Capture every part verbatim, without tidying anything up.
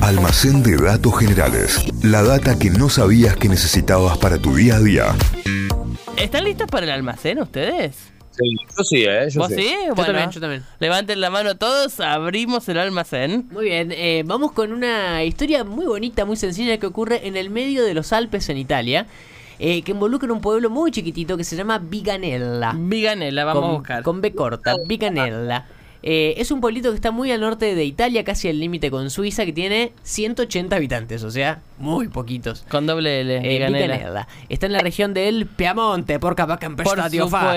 Almacén de datos generales. La data que no sabías que necesitabas para tu día a día. ¿Están listos para el almacén ustedes? Sí, yo sí, ¿eh? Yo ¿Vos sí. sí? Yo Bueno, también, yo también. levanten la mano todos, abrimos el almacén. Muy bien, eh, vamos con una historia muy bonita, muy sencilla que ocurre en el medio de los Alpes en Italia, eh, que involucra un pueblo muy chiquitito que se llama Viganella. Viganella, vamos con, a buscar. Con B corta, Viganella. Eh, es un pueblito que está muy al norte de Italia, casi al límite con Suiza, que tiene ciento ochenta habitantes, o sea, muy poquitos. Con doble L, Eh, Viganella. Viganella. Está en la región del Piamonte, por capaz que Por supuesto.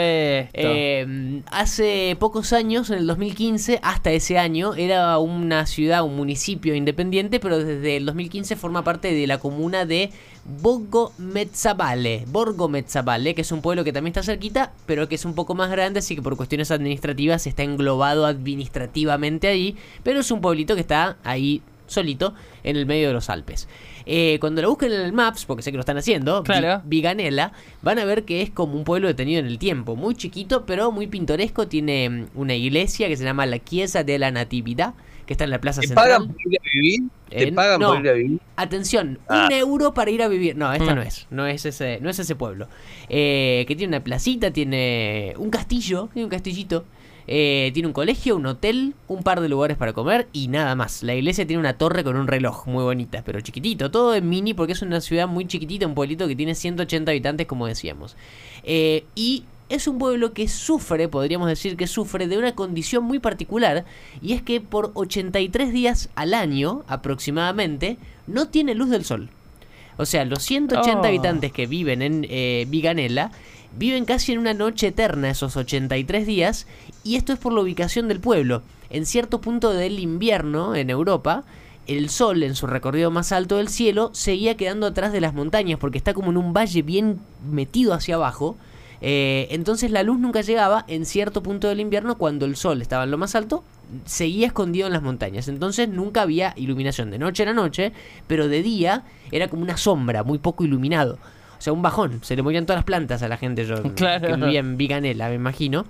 eh, hace pocos años, en el dos mil quince, hasta ese año, era una ciudad, un municipio independiente, pero desde el dos mil quince forma parte de la comuna de Borgo Mezzabale, Borgo Mezzabale, que es un pueblo que también está cerquita, pero que es un poco más grande, así que por cuestiones administrativas está englobado administrativamente ahí, pero es un pueblito que está ahí solito en el medio de los Alpes. Eh, cuando lo busquen en el Maps, porque sé que lo están haciendo, Claro. Vi- Viganella, van a ver que es como un pueblo detenido en el tiempo, muy chiquito, pero muy pintoresco. Tiene mm, una iglesia que se llama la Chiesa de la Natividad, que está en la plaza ¿Te central. pagan por ir a vivir? ¿Te En- pagan no. por ir a vivir? Atención, Ah. un euro para ir a vivir. No, esta Mm. no es. No es ese, no es ese pueblo. Eh, que tiene una placita, tiene un castillo, tiene un castillito. Eh, tiene un colegio, un hotel, un par de lugares para comer y nada más. La iglesia tiene una torre con un reloj muy bonita, pero chiquitito. Todo en mini porque es una ciudad muy chiquitita, un pueblito que tiene ciento ochenta habitantes, como decíamos. Eh, y es un pueblo que sufre, podríamos decir que sufre de una condición muy particular, y es que por ochenta y tres días al año, aproximadamente, no tiene luz del sol. O sea, los ciento ochenta Oh. habitantes que viven en eh, Viganella viven casi en una noche eterna esos ochenta y tres días, y esto es por la ubicación del pueblo. En cierto punto del invierno en Europa, el sol en su recorrido más alto del cielo seguía quedando atrás de las montañas porque está como en un valle bien metido hacia abajo. Eh, entonces la luz nunca llegaba. En cierto punto del invierno, cuando el sol estaba en lo más alto, seguía escondido en las montañas. Entonces nunca había iluminación. De noche era noche, pero de día era como una sombra, muy poco iluminado. O sea, un bajón. Se le morían todas las plantas a la gente, yo, Claro. que vivía en Viganella, me imagino.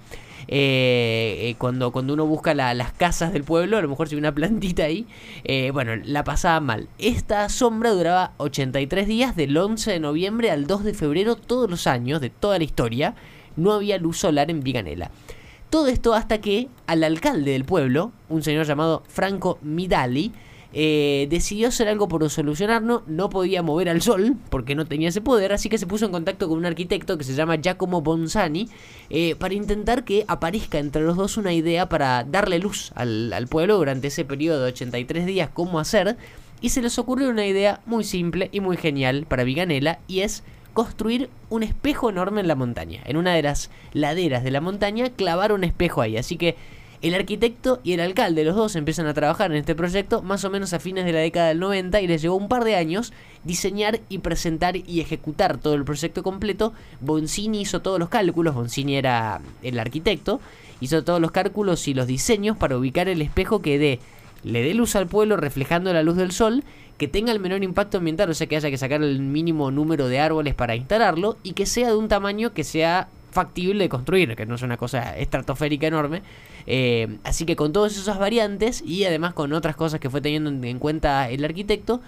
Eh, eh, cuando, cuando uno busca la- las casas del pueblo, a lo mejor si hay una plantita ahí, eh, bueno, la pasaba mal. Esta sombra duraba ochenta y tres días, del once de noviembre al dos de febrero, todos los años, de toda la historia, no había luz solar en Viganella. Todo esto hasta que al alcalde del pueblo, un señor llamado Franco Midali, eh, decidió hacer algo por solucionarlo. No podía mover al sol porque no tenía ese poder, así que se puso en contacto con un arquitecto que se llama Giacomo Bonzani, eh, para intentar que aparezca entre los dos una idea para darle luz al, al pueblo durante ese periodo de ochenta y tres días, cómo hacer. Y se les ocurrió una idea muy simple y muy genial para Viganella, y es construir un espejo enorme en la montaña. En una de las laderas de la montaña, clavar un espejo ahí. Así que el arquitecto y el alcalde, los dos, empiezan a trabajar en este proyecto más o menos a fines de la década del noventa, y les llevó un par de años diseñar y presentar y ejecutar todo el proyecto completo. Bonzini hizo todos los cálculos, Bonzini era el arquitecto, hizo todos los cálculos y los diseños para ubicar el espejo que dé, le dé luz al pueblo reflejando la luz del sol, que tenga el menor impacto ambiental, o sea que haya que sacar el mínimo número de árboles para instalarlo, y que sea de un tamaño que sea factible de construir, que no es una cosa estratosférica enorme. Eh, así que con todas esas variantes y además con otras cosas que fue teniendo en, en cuenta el arquitecto,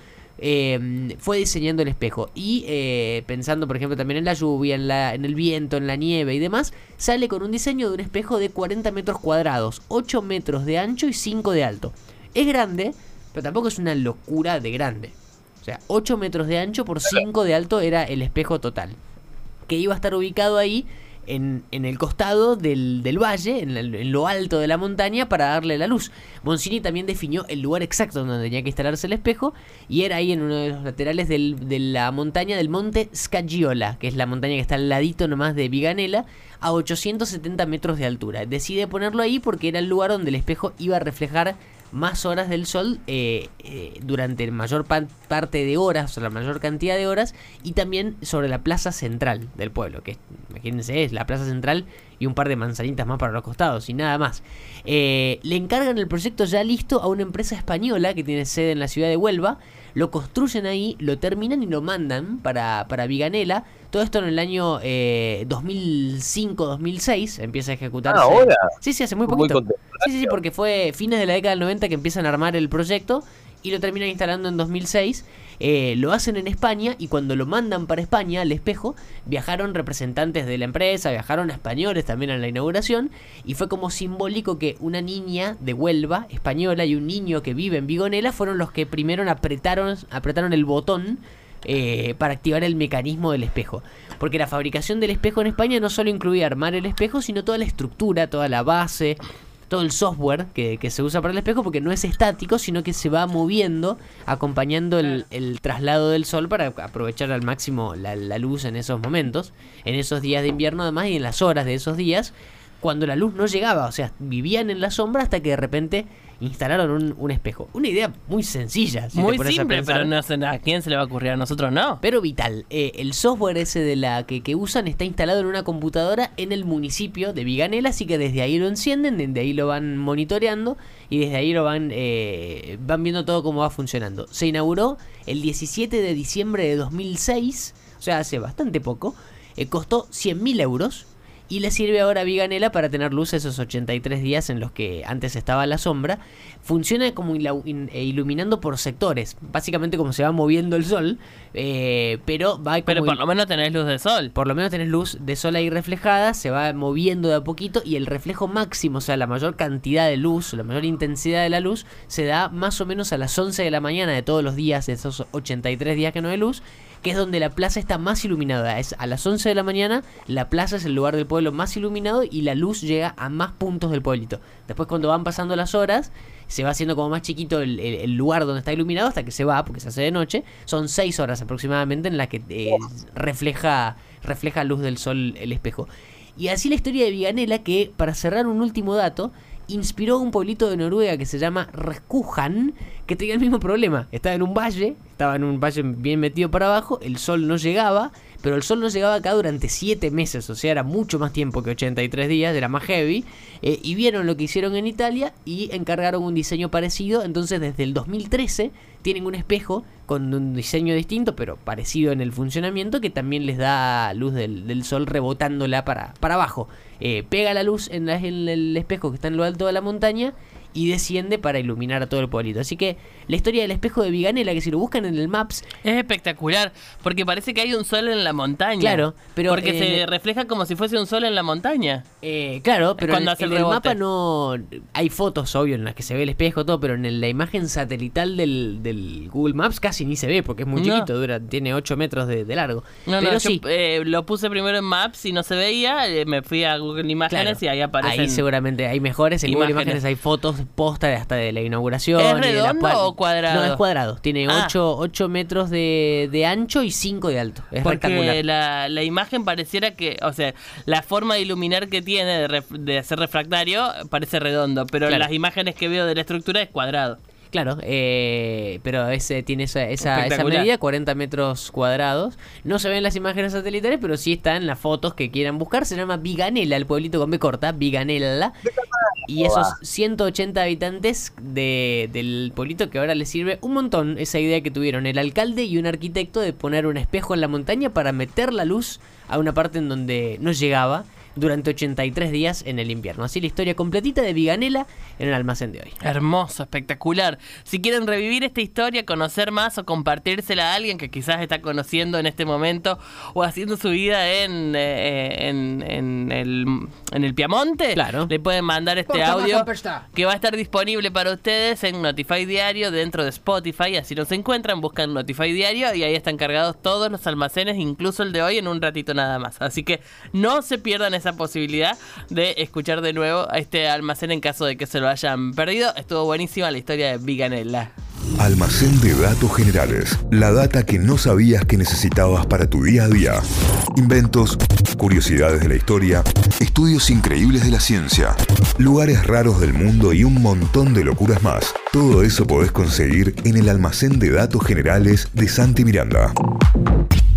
eh, fue diseñando el espejo. Y eh, pensando por ejemplo también en la lluvia, en, la, en el viento, en la nieve y demás, sale con un diseño de un espejo de cuarenta metros cuadrados, ocho metros de ancho y cinco de alto. Es grande, pero tampoco es una locura de grande. O sea, ocho metros de ancho por cinco de alto era el espejo total, que iba a estar ubicado ahí en, en el costado del, del valle, en, el- en lo alto de la montaña, para darle la luz. Bonzini también definió el lugar exacto donde tenía que instalarse el espejo, y era ahí en uno de los laterales del- de la montaña del monte Scagiola, que es la montaña que está al ladito nomás de Viganella, a ochocientos setenta metros de altura. Decide ponerlo ahí porque era el lugar donde el espejo iba a reflejar más horas del sol, eh, eh, durante la mayor pan- parte de horas, o la mayor cantidad de horas, y también sobre la plaza central del pueblo, que imagínense, es la plaza central y un par de manzanitas más para los costados y nada más. Eh, le encargan el proyecto ya listo a una empresa española que tiene sede en la ciudad de Huelva. Lo construyen ahí, lo terminan y lo mandan para, para Viganella. Todo esto en el año eh, dos mil cinco dos mil seis empieza a ejecutarse. Ah, ¿ahora? Sí, sí, hace muy Muy poquito. contento. Sí, sí, sí, porque fue fines de la década del noventa que empiezan a armar el proyecto, y lo terminan instalando en dos mil seis. Eh, lo hacen en España y cuando lo mandan para España, al espejo, viajaron representantes de la empresa, viajaron españoles también a la inauguración y fue como simbólico que una niña de Huelva, española, y un niño que vive en Vigonela fueron los que primero apretaron, apretaron el botón eh, para activar el mecanismo del espejo. Porque la fabricación del espejo en España no solo incluía armar el espejo, sino toda la estructura, toda la base, todo el software que, que se usa para el espejo, porque no es estático, sino que se va moviendo, acompañando el, el traslado del sol para aprovechar al máximo la, la luz en esos momentos, en esos días de invierno además y en las horas de esos días, cuando la luz no llegaba, o sea, vivían en la sombra hasta que de repente instalaron un, un espejo. Una idea muy sencilla. Si muy te pones simple, a pensar, pero no sé a quién se le va a ocurrir, a nosotros no. pero vital. Eh, el software ese de la que, que usan está instalado en una computadora en el municipio de Viganela, así que desde ahí lo encienden, desde ahí lo van monitoreando y desde ahí lo van, eh, van viendo todo cómo va funcionando. Se inauguró el diecisiete de diciembre de dos mil seis, o sea, hace bastante poco. Eh, costó cien mil euros. Y le sirve ahora a Viganela para tener luz esos ochenta y tres días en los que antes estaba la sombra. Funciona como iluminando por sectores, básicamente como se va moviendo el sol, eh, pero va como Pero por lo menos tenés luz de sol. Por lo menos tenés luz de sol ahí reflejada, se va moviendo de a poquito y el reflejo máximo, o sea, la mayor cantidad de luz, la mayor intensidad de la luz, se da más o menos a las once de la mañana de todos los días, de esos ochenta y tres días que no hay luz, que es donde la plaza está más iluminada. Es a las once de la mañana, la plaza es el lugar del pueblo más iluminado y la luz llega a más puntos del pueblito. Después cuando van pasando las horas, se va haciendo como más chiquito el, el, el lugar donde está iluminado hasta que se va, porque se hace de noche. Son seis horas aproximadamente en las que eh, refleja, refleja luz del sol el espejo. Y así la historia de Viganela, que, para cerrar un último dato, inspiró a un pueblito de Noruega que se llama Reskujan, que tenía el mismo problema. Estaba en un valle, estaba en un valle bien metido para abajo, el sol no llegaba, pero el sol no llegaba acá durante siete meses, o sea, era mucho más tiempo que ochenta y tres días, era más heavy, eh, y vieron lo que hicieron en Italia y encargaron un diseño parecido. Entonces desde el dos mil trece tienen un espejo con un diseño distinto, pero parecido en el funcionamiento, que también les da luz del, del sol rebotándola para, para abajo. Eh, pega la luz en, la, en el espejo que está en lo alto de la montaña y desciende para iluminar a todo el pueblito. Así que la historia del espejo de Viganela, que si lo buscan en el Maps, es espectacular, porque parece que hay un sol en la montaña. Claro, pero porque eh, se refleja como si fuese un sol en la montaña. Eh, claro, pero en, hace en el el rebote. mapa no hay fotos, obvio, en las que se ve el espejo, todo, pero en la imagen satelital del, del Google Maps casi ni se ve, porque es muy No. chiquito, dura, tiene ocho metros de, de largo. No, pero no, sí, yo eh, lo puse primero en Maps y no se veía, eh, me fui a Google Imágenes claro, y ahí aparecen. ahí seguramente hay mejores. En Google imágenes. Imágenes hay fotos posta de hasta de la inauguración. ¿Es y de la redondo par- o cuadrado? No, es cuadrado. Tiene Ah. ocho metros de, de ancho y cinco de alto. Es Porque rectangular. la, la imagen pareciera que, o sea, la forma de iluminar que tiene de, ref- de ser refractario parece redondo, pero Claro. las imágenes que veo de la estructura es cuadrado. Claro, eh, pero ese tiene esa, esa, esa Espectacular. medida, cuarenta metros cuadrados. No se ven las imágenes satelitales, pero sí está en las fotos que quieran buscar. Se llama Viganela, el pueblito con B corta, Viganela. Y esos ciento ochenta habitantes de, del pueblito, que ahora les sirve un montón esa idea que tuvieron el alcalde y un arquitecto de poner un espejo en la montaña para meter la luz a una parte en donde no llegaba durante ochenta y tres días en el invierno. Así la historia completita de Viganela en el almacén de hoy. Hermoso, espectacular. Si quieren revivir esta historia, conocer más o compartírsela a alguien que quizás está conociendo en este momento o haciendo su vida en, eh, en, en, el, en el Piamonte, Claro. le pueden mandar este Porta audio más tempestad. que va a estar disponible para ustedes en Notify Diario dentro de Spotify. Así nos encuentran, buscan Notify Diario y ahí están cargados todos los almacenes, incluso el de hoy, en un ratito nada más. Así que no se pierdan esa posibilidad de escuchar de nuevo a este almacén en caso de que se lo hayan perdido. Estuvo buenísima la historia de Viganela. Almacén de datos generales. La data que no sabías que necesitabas para tu día a día. Inventos, curiosidades de la historia, estudios increíbles de la ciencia, lugares raros del mundo y un montón de locuras más. Todo eso podés conseguir en el Almacén de Datos Generales de Santi Miranda.